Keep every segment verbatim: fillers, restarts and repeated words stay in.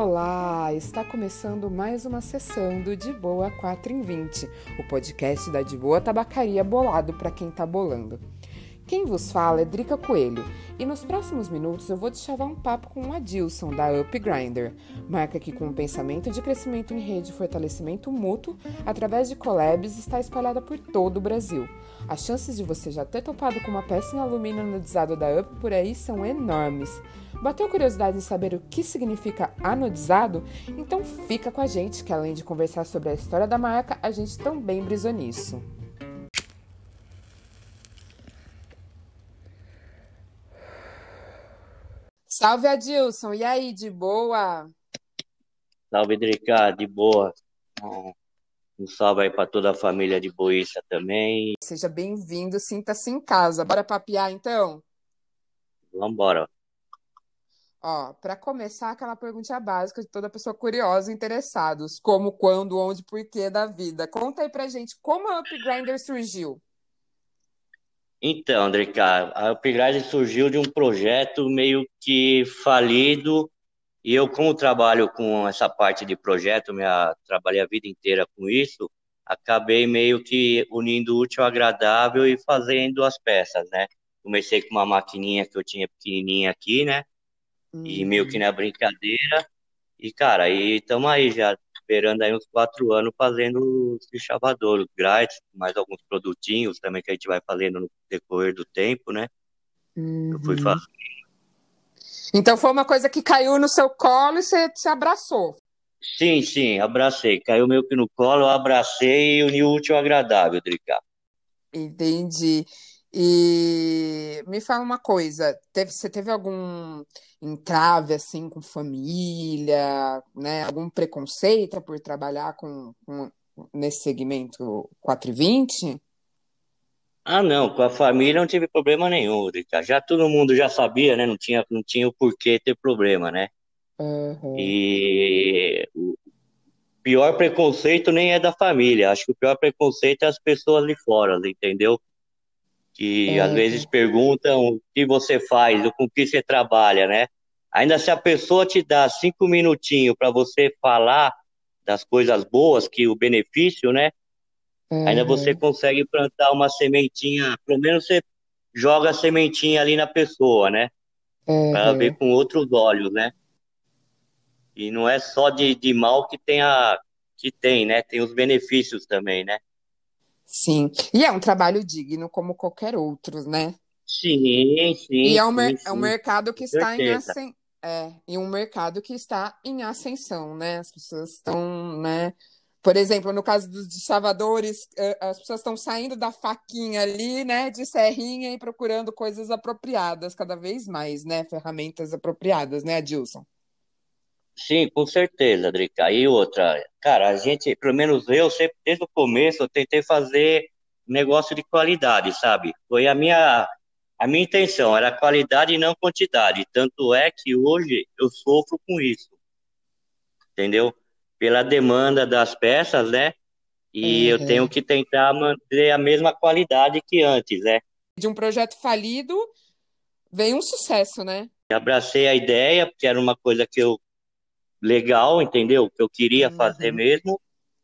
Olá! Está começando mais uma sessão do De Boa quatro em vinte, o podcast da De Boa Tabacaria bolado para quem tá bolando. Quem vos fala é Drica Coelho, e nos próximos minutos eu vou te chavar um papo com o Adilson, da Up Grinder, marca que com um pensamento de crescimento em rede e fortalecimento mútuo, através de collabs, está espalhada por todo o Brasil. As chances de você já ter topado com uma peça em alumínio anodizado da Up por aí são enormes. Bateu curiosidade em saber o que significa anodizado? Então fica com a gente, que além de conversar sobre a história da marca, a gente também brisou nisso. Salve, Adilson! E aí, de boa? Salve, Drica, de boa. Um um salve aí para toda a família de Boiça também. Seja bem-vindo, sinta-se em casa. Bora papear, então? Vambora. Ó, para começar, aquela pergunta básica de toda pessoa curiosa e interessados. Como, quando, onde, porquê da vida. Conta aí pra gente como a Up Grinder surgiu. Então, Drica, a Upgrade surgiu de um projeto meio que falido e eu, como trabalho com essa parte de projeto, minha, trabalhei a vida inteira com isso, acabei meio que unindo o útil ao agradável e fazendo as peças, né? Comecei com uma maquininha que eu tinha pequenininha aqui, né? E meio que Uhum. na brincadeira. E, cara, aí estamos aí já esperando aí uns quatro anos fazendo os chavadores, grátis, mais alguns produtinhos também que a gente vai fazendo no decorrer do tempo, né? Eu fui Uhum. fazendo. Então foi uma coisa que caiu no seu colo e você se abraçou. Sim, sim, abracei. Caiu meio que no colo, eu abracei e uni o útil ao agradável, Drica. Entendi. E me fala uma coisa, teve, você teve algum entrave assim com família, né? Algum preconceito por trabalhar com, com- nesse segmento quatro e vinte? Ah, não, com a família não tive problema nenhum, Drica. Já todo mundo já sabia, né? Não tinha, não tinha o porquê ter problema, né? Uhum. E o pior preconceito nem é da família. Acho que o pior preconceito é as pessoas de fora, entendeu? Que às vezes Uhum. perguntam o que você faz, ou com que você trabalha, né? Ainda se a pessoa te dá cinco minutinhos para você falar das coisas boas, que o benefício, né? Ainda você Uhum. consegue plantar uma sementinha, pelo menos você joga a sementinha ali na pessoa, né? Para ver Uhum. com outros olhos, né? E não é só de, de mal que tem a que tem, né? Tem os benefícios também, né? Sim. E é um trabalho digno como qualquer outro, né? Sim, E sim, é um, sim, mer- é um sim, mercado que com está em certeza. ascen... é, e um mercado que está em ascensão, né? As pessoas estão, né? Por exemplo, no caso dos deschavadores, eh, as pessoas estão saindo da faquinha ali, né, de serrinha e procurando coisas apropriadas cada vez mais, né? Ferramentas apropriadas, né, Adilson? Sim, com certeza, Drica. E outra, cara, a gente, pelo menos eu, sempre desde o começo, eu tentei fazer um negócio de qualidade, sabe? Foi a minha, a minha intenção, era qualidade e não quantidade. Tanto é que hoje eu sofro com isso, entendeu? Pela demanda das peças, né? E eu tenho Uhum. que tentar manter a mesma qualidade que antes, né? De um projeto falido veio um sucesso, né? Abracei a ideia, porque era uma coisa que eu, legal, entendeu? Que eu queria fazer Uhum. mesmo.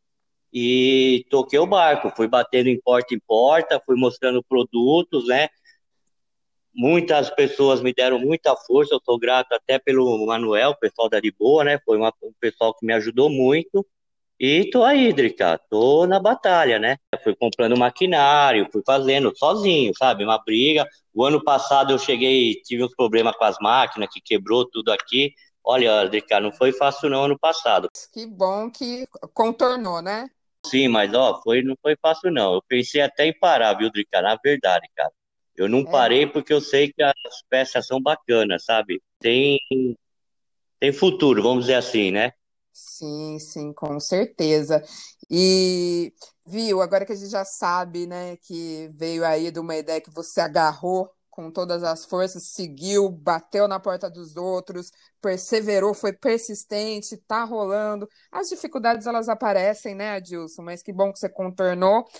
E toquei o barco, fui batendo em porta em porta, fui mostrando produtos, né? Muitas pessoas me deram muita força, eu sou grato até pelo Manuel, o pessoal da De Boa, né? Foi uma, um pessoal que me ajudou muito. E tô aí, Drica, tô na batalha, né? Fui comprando maquinário, fui fazendo sozinho, sabe? Uma briga. O ano passado eu cheguei, tive uns problemas com as máquinas, que quebrou tudo aqui. Olha, Drica, não foi fácil não ano passado. Que bom que contornou, né? Sim, mas ó, foi, não foi fácil não. Eu pensei até em parar, viu, Drica? Na verdade, cara. Eu não É, parei porque eu sei que as peças são bacanas, sabe? Tem, tem futuro, vamos dizer assim, né? sim, sim, com certeza. E viu, agora que a gente já sabe, né, que veio aí de uma ideia que você agarrou com todas as forças, seguiu, bateu na porta dos outros, perseverou, foi persistente, tá rolando. As dificuldades elas aparecem, né, Adilson? Mas que bom que você contornou.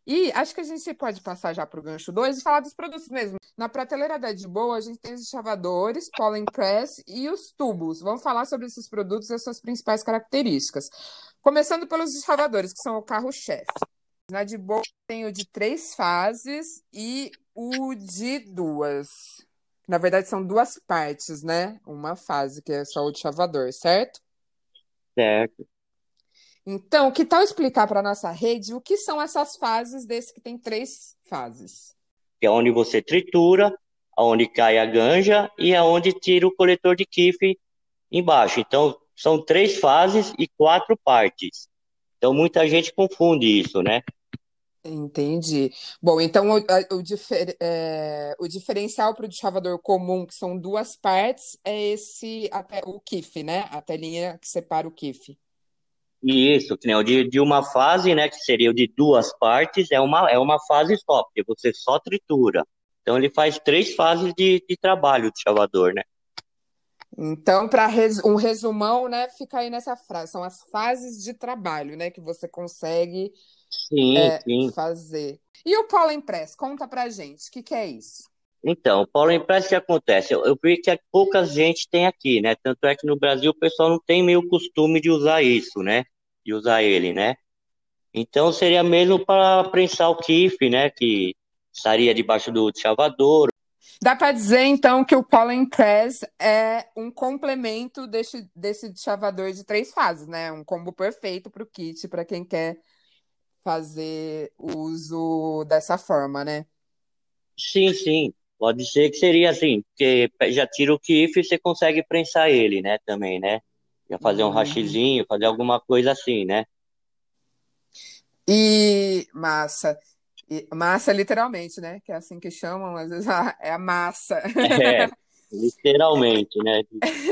E acho que a gente pode passar já para o gancho dois e falar dos produtos mesmo. Na prateleira da De Boa, a gente tem os chavadores, pollen press e os tubos. Vamos falar sobre esses produtos e as suas principais características. Começando pelos chavadores, que são o carro-chefe. Na De Boa tem o de três fases e o de duas. Na verdade, são duas partes, né? Uma fase, que é só o de chavador, certo? Certo. Então, que tal explicar para a nossa rede o que são essas fases desse que tem três fases? Que é onde você tritura, aonde cai a ganja e aonde tira o coletor de quife embaixo. Então, são três fases e quatro partes. Então, muita gente confunde isso, né? Entendi. Bom, então o, a- o, difer- é, o diferencial para o chavador comum, que são duas partes, é esse, até o quife, né? A telinha que separa o quife. E isso, que nem o de, de uma fase, né, que seria o de duas partes, é uma, é uma fase só, porque você só tritura. Então, ele faz três fases de, de trabalho de chavador, né? Então, para um resumão, né, fica aí nessa frase. São as fases de trabalho, né, que você consegue Sim, é, sim. fazer. E o Pollen Press, conta pra gente, o que que é isso? Então, Paulo, parece que acontece. Eu, eu vi que pouca gente tem aqui, né? Tanto é que no Brasil o pessoal não tem meio costume de usar isso, né? De usar ele, né? Então seria mesmo para prensar o quife, né? Que estaria debaixo do chavador. Dá para dizer, então, que o Pollen Press é um complemento desse, desse chavador de três fases, né? Um combo perfeito para o kit, para quem quer fazer uso dessa forma, né? Sim, sim. Pode ser que seria assim, porque já tira o quife e você consegue prensar ele, né? Também, né? Já fazer um Uhum. hastezinho, fazer alguma coisa assim, né? E massa. E massa, literalmente, né? Que é assim que chamam, às vezes, a- é a massa. É, literalmente, né?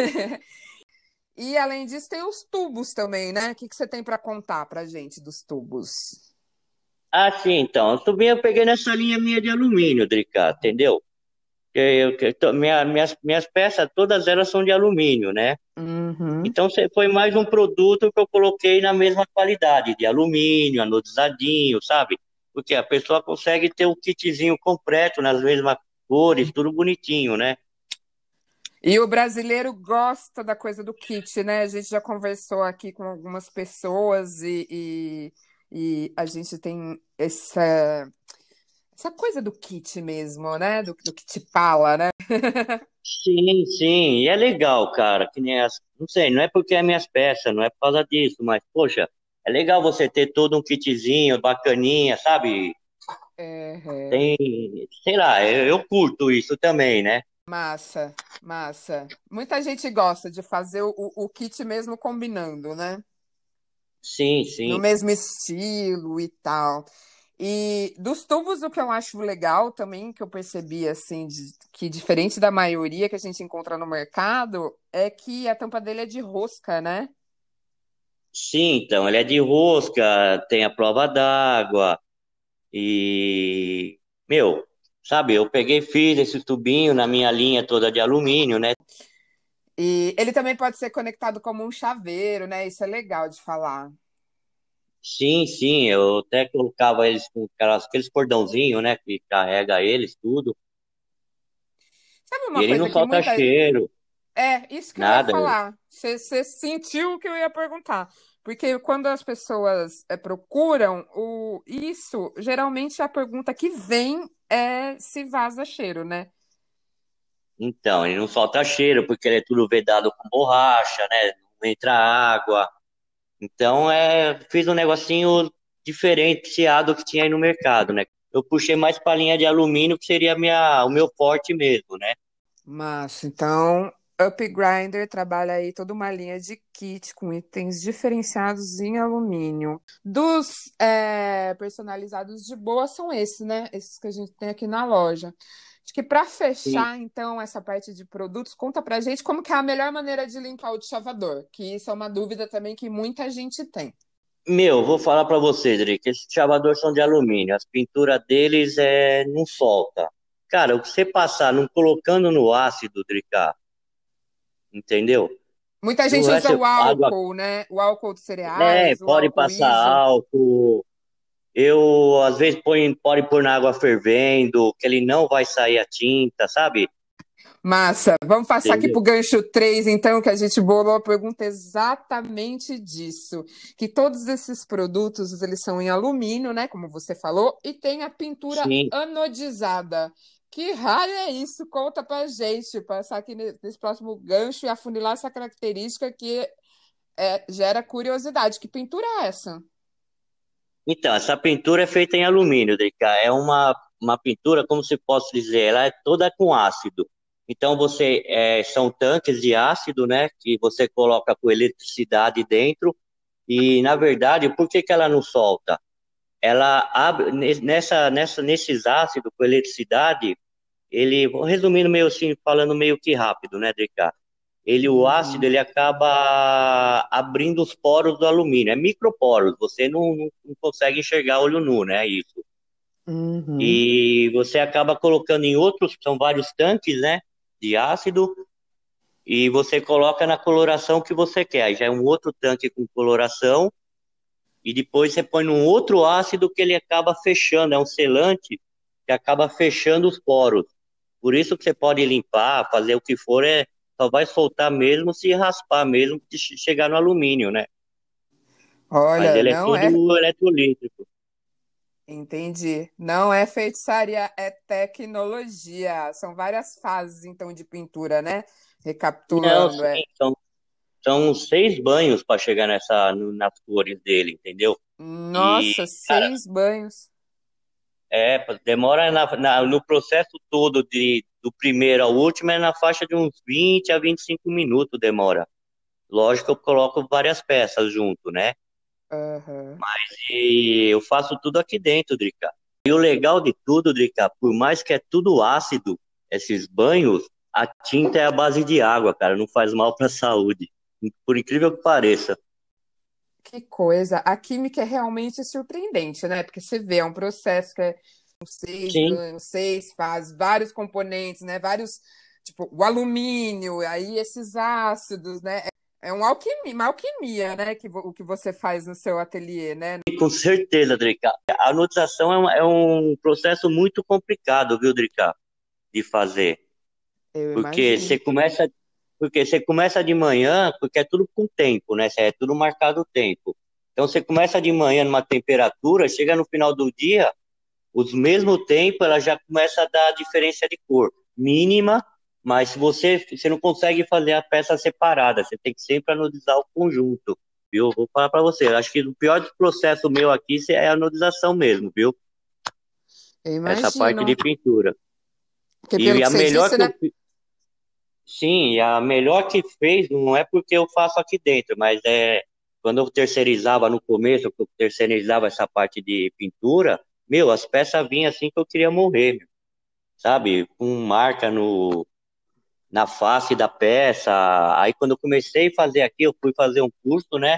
E além disso, tem os tubos também, né? O que que você tem para contar pra gente dos tubos? Ah, sim, então. Eu também eu peguei nessa linha minha de alumínio, Drica, entendeu? Que eu- que eu tô- minha- minhas, minhas peças, todas elas são de alumínio, né? Uhum. Então cê- foi mais um produto que eu coloquei na mesma qualidade, de alumínio, anodizadinho, sabe? Porque a pessoa consegue ter o kitzinho completo nas mesmas cores, tudo bonitinho, né? E o brasileiro gosta da coisa do kit, né? A gente já conversou aqui com algumas pessoas e, e, e a gente tem essa, essa coisa do kit mesmo, né? Do, do kit pala, né? Sim, sim, e é legal, cara, que nem as, não sei, não é porque é minhas peças, não é por causa disso, mas, poxa, é legal você ter todo um kitzinho bacaninha, sabe? É, Tem, sei lá, eu, eu curto isso também, né? massa, massa. Muita gente gosta de fazer o, o kit mesmo combinando, né? Sim, No sim. mesmo estilo e tal. E dos tubos, o que eu acho legal também, que eu percebi, assim, de- que diferente da maioria que a gente encontra no mercado, é que a tampa dele é de rosca, né? Sim, então, ele é de rosca, tem a prova d'água e, meu, sabe, eu peguei e fiz esse tubinho na minha linha toda de alumínio, né? E ele também pode ser conectado como um chaveiro, né? Isso é legal de falar. Sim, sim, eu até colocava eles com aquelas, aqueles cordãozinhos, né, que carrega eles, tudo, Sabe e uma ele não coisa que solta muita. cheiro, É, isso que eu ia nada. falar. Você você sentiu o que eu ia perguntar. Porque quando as pessoas é, procuram o isso, geralmente a pergunta que vem é se vaza cheiro, né? Então, ele não solta cheiro, porque ele é tudo vedado com borracha, né, não entra água. Então, é, fiz um negocinho diferenciado que tinha aí no mercado, né? Eu puxei mais para a linha de alumínio, que seria a minha, o meu forte mesmo, né? Massa. Então, Up Grinder trabalha aí toda uma linha de kit com itens diferenciados em alumínio. Dos é, personalizados de boa são esses, né? Esses que a gente tem aqui na loja. Acho que para E, fechar, então, essa parte de produtos, conta pra gente como que é a melhor maneira de limpar o chavador, que isso é uma dúvida também que muita gente tem. meu, vou falar para você, Dri, que esses chavadores são de alumínio, as pinturas deles é, não solta. Cara, o que você passar não colocando no ácido, Drica, entendeu? Muita No gente usa resto, o água, álcool, né? O álcool de é, cereais, o pode álcool passar iso. álcool. Eu, às vezes, põe, pode pôr na água fervendo, que ele não vai sair a tinta, sabe? Massa, vamos passar aqui para Entendeu? o gancho três, então, que a gente bolou a pergunta exatamente disso. Que todos esses produtos, eles são em alumínio, né, como você falou, e tem a pintura Sim. anodizada. Que raio é isso? Conta pra gente, passar aqui nesse próximo gancho e afunilar essa característica que é, gera curiosidade. Que pintura é essa? Então, essa pintura é feita em alumínio, Drica. É uma, uma pintura, como se posso dizer, ela é toda com ácido. Então, você é, são tanques de ácido, né, que você coloca com eletricidade dentro. E, na verdade, por que que ela não solta? Ela abre nessa, nessa, nesses ácidos com eletricidade, ele, resumindo meio assim, falando meio que rápido, né, Drica? Ele, o ácido, Uhum. ele acaba abrindo os poros do alumínio. É microporos, você não, não, não consegue enxergar olho nu, né? Isso. Uhum. E você acaba colocando em outros, são vários tanques, né? De ácido, e você coloca na coloração que você quer. Aí já é um outro tanque com coloração, e depois você põe num outro ácido que ele acaba fechando, é um selante que acaba fechando os poros. Por isso que você pode limpar, fazer o que for, é, só vai soltar mesmo se raspar mesmo, de che- chegar no alumínio, né? Mas Olha, ele é não é. todo eletrolítico. Entendi. Não é feitiçaria, é tecnologia. São várias fases, então, de pintura, né? Não, Recapitulando, sim, é. são, são seis banhos para chegar nessa, no- nas cores dele, entendeu? E, Nossa, cara, seis banhos. é, demora na, na- no processo todo, de, do primeiro ao último, é na faixa de uns vinte a vinte e cinco minutos demora. Lógico que eu coloco várias peças junto, né? Aham. E eu faço tudo aqui dentro, Drica. E o legal de tudo, Drica, por mais que é tudo ácido, esses banhos, a tinta é a base de água, cara, não faz mal para a saúde. Por incrível que pareça. Que coisa. A química é realmente surpreendente, né? Porque você vê, é um processo que é seis Sim, banhos, seis fases, vários componentes, né? Vários, tipo, o alumínio, aí esses ácidos, né? É um alquimia, uma alquimia, né? Que, vo- o que você faz no seu ateliê, né? com certeza, Drica. A anotação é um, é um processo muito complicado, viu, Drica, de fazer. Eu Porque imagino. você começa, porque você começa de manhã, porque é tudo com tempo, né? É tudo marcado o tempo. Então você começa de manhã numa temperatura, chega no final do dia, os mesmo tempo ela já começa a dar diferença de cor mínima, mas se você você não consegue fazer a peça separada, você tem que sempre anodizar o conjunto, viu? Vou falar para você, eu acho que o pior processo meu aqui é a anodização mesmo, viu? Eu Essa parte de imagino. pintura. Porque pelo E que a você melhor disse, que eu né? fi- sim, e a melhor que fez não é porque eu faço aqui dentro, mas é quando eu terceirizava no começo, que eu terceirizava essa parte de pintura, meu, as peças vinham assim que eu queria morrer, sabe? Com marca no, na face da peça. Aí quando eu comecei a fazer aqui, eu fui fazer um curso, né?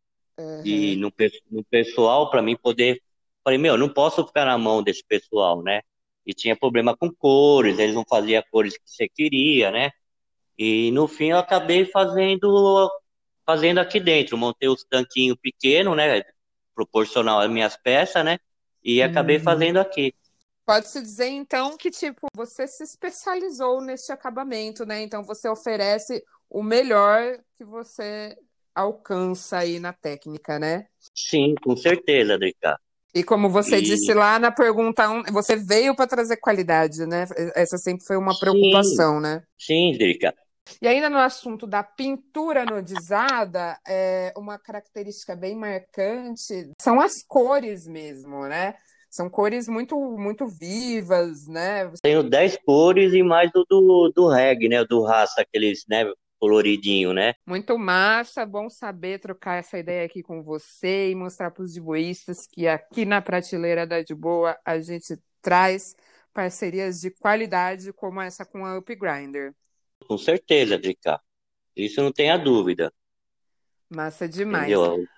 E Aham. no, pe- no pessoal, para mim poder. Falei, meu, eu não posso ficar na mão desse pessoal, né? E tinha problema com cores, eles não faziam cores que você queria, né? E no fim eu acabei fazendo fazendo aqui dentro. Montei os tanquinhos pequenos, né? Proporcional às minhas peças, né? E acabei Uhum. fazendo aqui. Pode-se dizer, então, que, tipo, você se especializou neste acabamento, né? Então, você oferece o melhor que você alcança aí na técnica, né? Sim, com certeza, Drica. E como você disse E lá na pergunta um, você veio para trazer qualidade, né? Essa sempre foi uma sim, preocupação, né? sim, Drica. E ainda no assunto da pintura anodizada, é uma característica bem marcante são as cores mesmo, né? São cores muito, muito vivas, né? Tenho dez cores e mais o do, do reggae, né? O do raça, aqueles, né? Coloridinho, né? Muito massa, bom saber trocar essa ideia aqui com você e mostrar para os diboístas que aqui na prateleira da De Boa a gente traz parcerias de qualidade como essa com a Upgrinder. Com certeza, Drica. Isso não tenha dúvida, Massa demais. entendeu?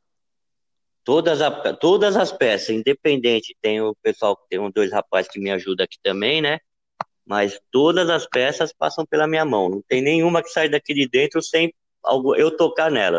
Todas, a, todas as peças, independente, tem o pessoal, tem um, dois rapazes que me ajudam aqui também, né? Mas todas as peças passam pela minha mão. Não tem nenhuma que sai daqui de dentro sem algo, eu tocar nelas.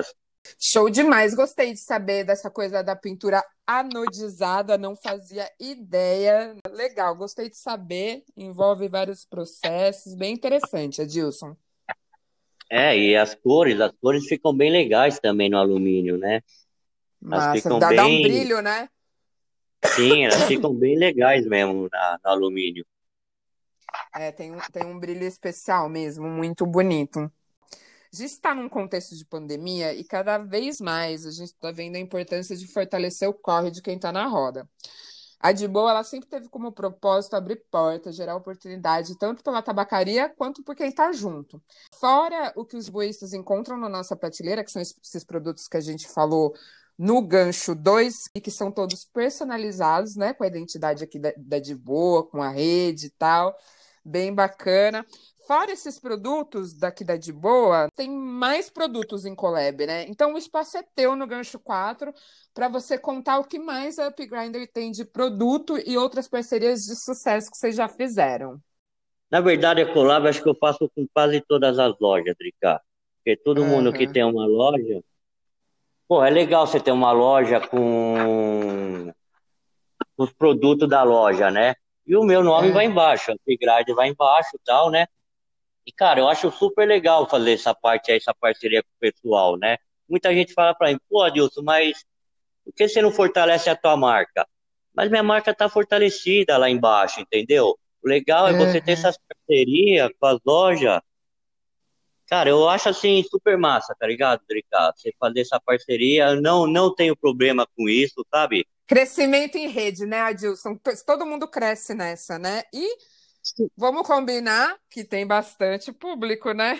Show demais, gostei de saber dessa coisa da pintura anodizada, não fazia ideia. Legal, gostei de saber, envolve vários processos, bem interessante, Adilson. É, e as cores, as cores ficam bem legais também no alumínio, né? Elas Massa, ficam dá, dá um bem, brilho, né? sim, elas ficam bem legais mesmo na- no alumínio. É, tem, um- tem um brilho especial mesmo, muito bonito. A gente está num contexto de pandemia e cada vez mais a gente está vendo a importância de fortalecer o corre de quem está na roda. A de boa, ela sempre teve como propósito abrir portas, gerar oportunidade, tanto pela tabacaria quanto por quem está junto. Fora o que os boístas encontram na nossa prateleira, que são esses produtos que a gente falou no gancho dois e que são todos personalizados, né, com a identidade aqui da, da de boa, com a rede e tal, bem bacana. Fora esses produtos daqui da De Boa, tem mais produtos em collab, né? Então o espaço é teu no Gancho quatro para você contar o que mais a UpGrinder tem de produto e outras parcerias de sucesso que vocês já fizeram. Na verdade, a collab acho que eu faço com quase todas as lojas, Drica. Porque todo mundo que Aham. tem uma loja, pô, é legal você ter uma loja com os produtos da loja, né? E o meu nome vai É. embaixo, a Upgrade vai embaixo e tal, né? E, cara, eu acho super legal fazer essa parte aí, essa parceria com o pessoal, né? Muita gente fala pra mim, pô, Adilson, mas por que você não fortalece a tua marca? Mas minha marca tá fortalecida lá embaixo, entendeu? O legal é você ter Aham. essas parcerias com as lojas. Cara, eu acho assim super massa, tá ligado, Drica? Você fazer essa parceria, eu não, não tenho problema com isso, sabe? Crescimento em rede, né, Adilson? Todo mundo cresce nessa, né? E vamos combinar que tem bastante público, né?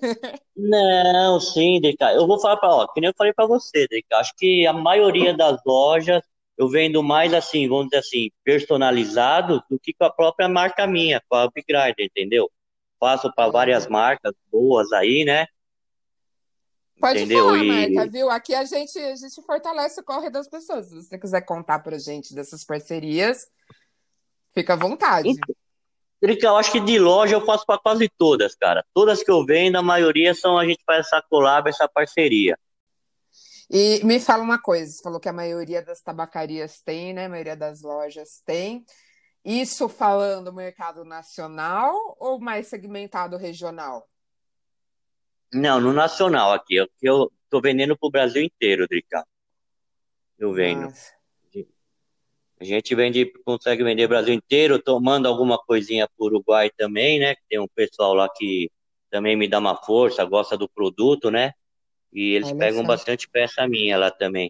Não, sim, Drica. Eu vou falar pra, ó, que nem eu falei pra você, Drica. Acho que a maioria das lojas eu vendo mais assim, vamos dizer assim, personalizado do que com a própria marca minha, com a Upgrade, entendeu? Faço para várias Aham. marcas boas aí, né? Pode Entendeu? falar, Marta, E viu? Aqui a gente, a gente fortalece o corre das pessoas. Se você quiser contar pra gente dessas parcerias, fica à vontade. Drica, eu acho que de loja eu faço para quase todas, cara. Todas que eu vendo, a maioria são a gente faz essa collab, essa parceria. E me fala uma coisa, você falou que a maioria das tabacarias tem, né? A maioria das lojas tem. Isso falando mercado nacional ou mais segmentado regional? Não, no nacional aqui, eu, eu tô vendendo pro Brasil inteiro, Drica. Eu vendo. Mas, A gente vende, consegue vender o Brasil inteiro, tomando alguma coisinha pro Uruguai também, né? Tem um pessoal lá que também me dá uma força, gosta do produto, né? E eles olha pegam só. bastante peça minha lá também.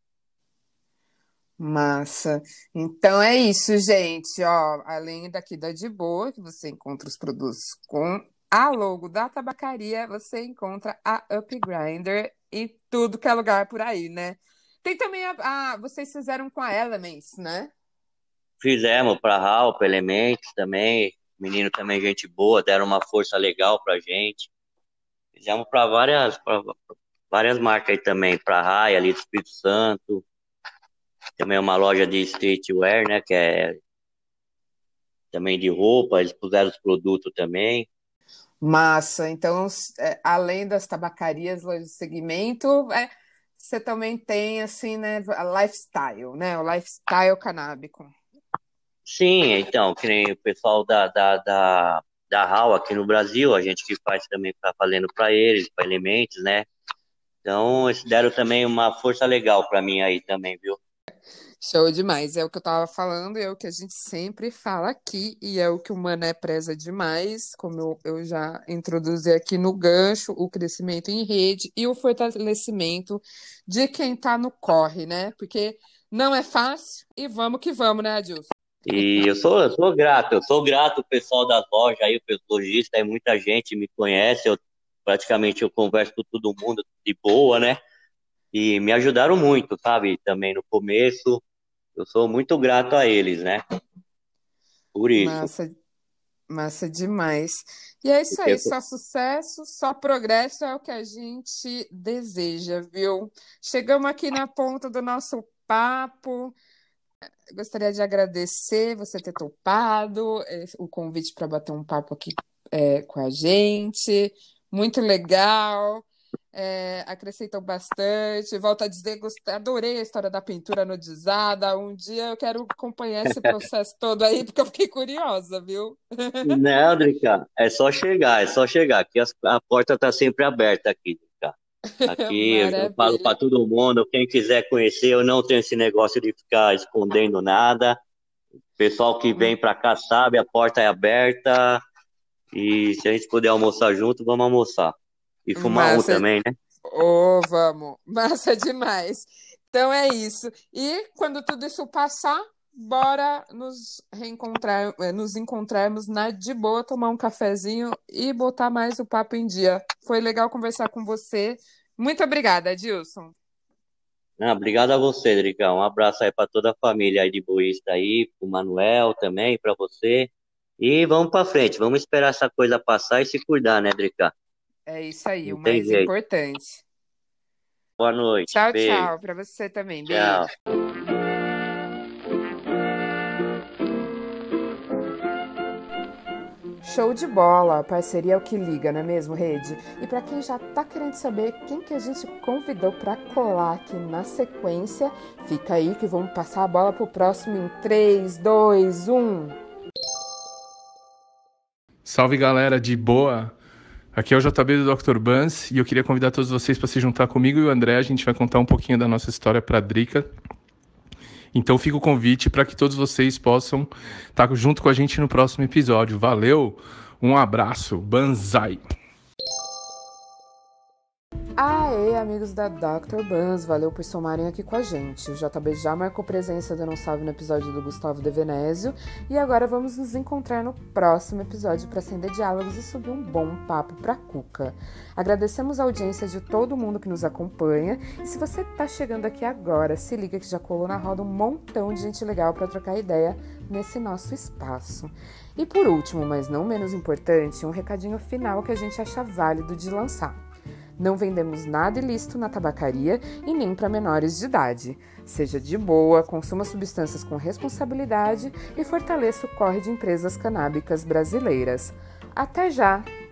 Massa. Então é isso, gente. Ó, além daqui da De Boa, que você encontra os produtos com a logo da tabacaria, você encontra a Up Grinder e tudo que é lugar por aí, né? Tem também a, a- vocês fizeram com a Elements, né? Fizemos para Ralph, Elementos também. Menino também, gente boa, deram uma força legal pra gente. Fizemos para várias, pra várias marcas aí também, para Raia, ali do Espírito Santo. Também uma loja de streetwear, né? Que é também de roupa, eles puseram os produtos também. Massa. Então, é, além das tabacarias, lojas de segmento, é, você também tem assim, né, a lifestyle, né? O lifestyle canábico. Sim, então, que nem o pessoal da, da, da, da Hall aqui no Brasil, a gente que faz também tá fazendo para eles, para Elementos, né? Então, eles deram também uma força legal para mim aí também, viu? Show demais. É o que eu tava falando, é o que a gente sempre fala aqui, e é o que o Mané preza demais, como eu, eu já introduzi aqui no gancho, o crescimento em rede e o fortalecimento de quem tá no corre, né? Porque não é fácil e vamos que vamos, né, Adilson? E eu sou, eu sou grato, eu sou grato ao pessoal das lojas aí, o pessoal lojista, aí muita gente me conhece, eu praticamente eu converso com todo mundo de boa, né? E me ajudaram muito, sabe? Também no começo, eu sou muito grato a eles, né? Por isso. Massa, massa demais. E é isso Porque aí, só sucesso, só progresso é o que a gente deseja, viu? Chegamos aqui na ponta do nosso papo. Gostaria de agradecer você ter topado é, o convite para bater um papo aqui é, com a gente. Muito legal. é, acrescentam bastante. Volto a dizer, gostei, adorei a história da pintura anodizada. Um dia eu quero acompanhar esse processo todo aí, porque eu fiquei curiosa, viu? Não, Drica, é só chegar, é só chegar, que as- a porta tá sempre aberta aqui, Drica. Aqui eu já falo para Maravilha. todo mundo, quem quiser conhecer, eu não tenho esse negócio de ficar escondendo nada. Pessoal que vem para cá sabe, a porta é aberta e se a gente puder almoçar junto, vamos almoçar. E fumar um Massa. também, né? Ô, vamos. Massa demais. Então é isso. E quando tudo isso passar, bora nos reencontrar, eh, nos encontrarmos na de boa, tomar um cafezinho e botar mais o papo em dia. Foi legal conversar com você. Muito obrigada, Adilson. Ah, obrigado a você, Drica. Um abraço aí para toda a família aí de Boísta aí, pro Manuel também, para você. E vamos para frente, vamos esperar essa coisa passar e se cuidar, né, Drica? É isso aí, Não o tem mais jeito. importante. Boa noite, Tchau, beijo, tchau, para você também. tchau. Beijo. Show de bola! Parceria é o que liga, não é mesmo, Rede? E para quem já tá querendo saber quem que a gente convidou para colar aqui na sequência, fica aí que vamos passar a bola pro próximo em três, dois, um. Salve galera, de boa? Aqui é o J B do doutor Bans e eu queria convidar todos vocês para se juntar comigo e o André. A gente vai contar um pouquinho da nossa história para a Drica. Então fica o convite para que todos vocês possam estar junto com a gente no próximo episódio. Valeu, um abraço, Banzai! Aê, amigos da doutor Bans, valeu por somarem aqui com a gente. O J B já marcou presença dando um salve no episódio do Gustavo de Venésio e agora vamos nos encontrar no próximo episódio para acender diálogos e subir um bom papo pra cuca. Agradecemos a audiência de todo mundo que nos acompanha e se você tá chegando aqui agora, se liga que já colou na roda um montão de gente legal para trocar ideia nesse nosso espaço. E por último, mas não menos importante, um recadinho final que a gente acha válido de lançar. Não vendemos nada ilícito na tabacaria e nem para menores de idade. Seja de boa, consuma substâncias com responsabilidade e fortaleça o corre de empresas canábicas brasileiras. Até já!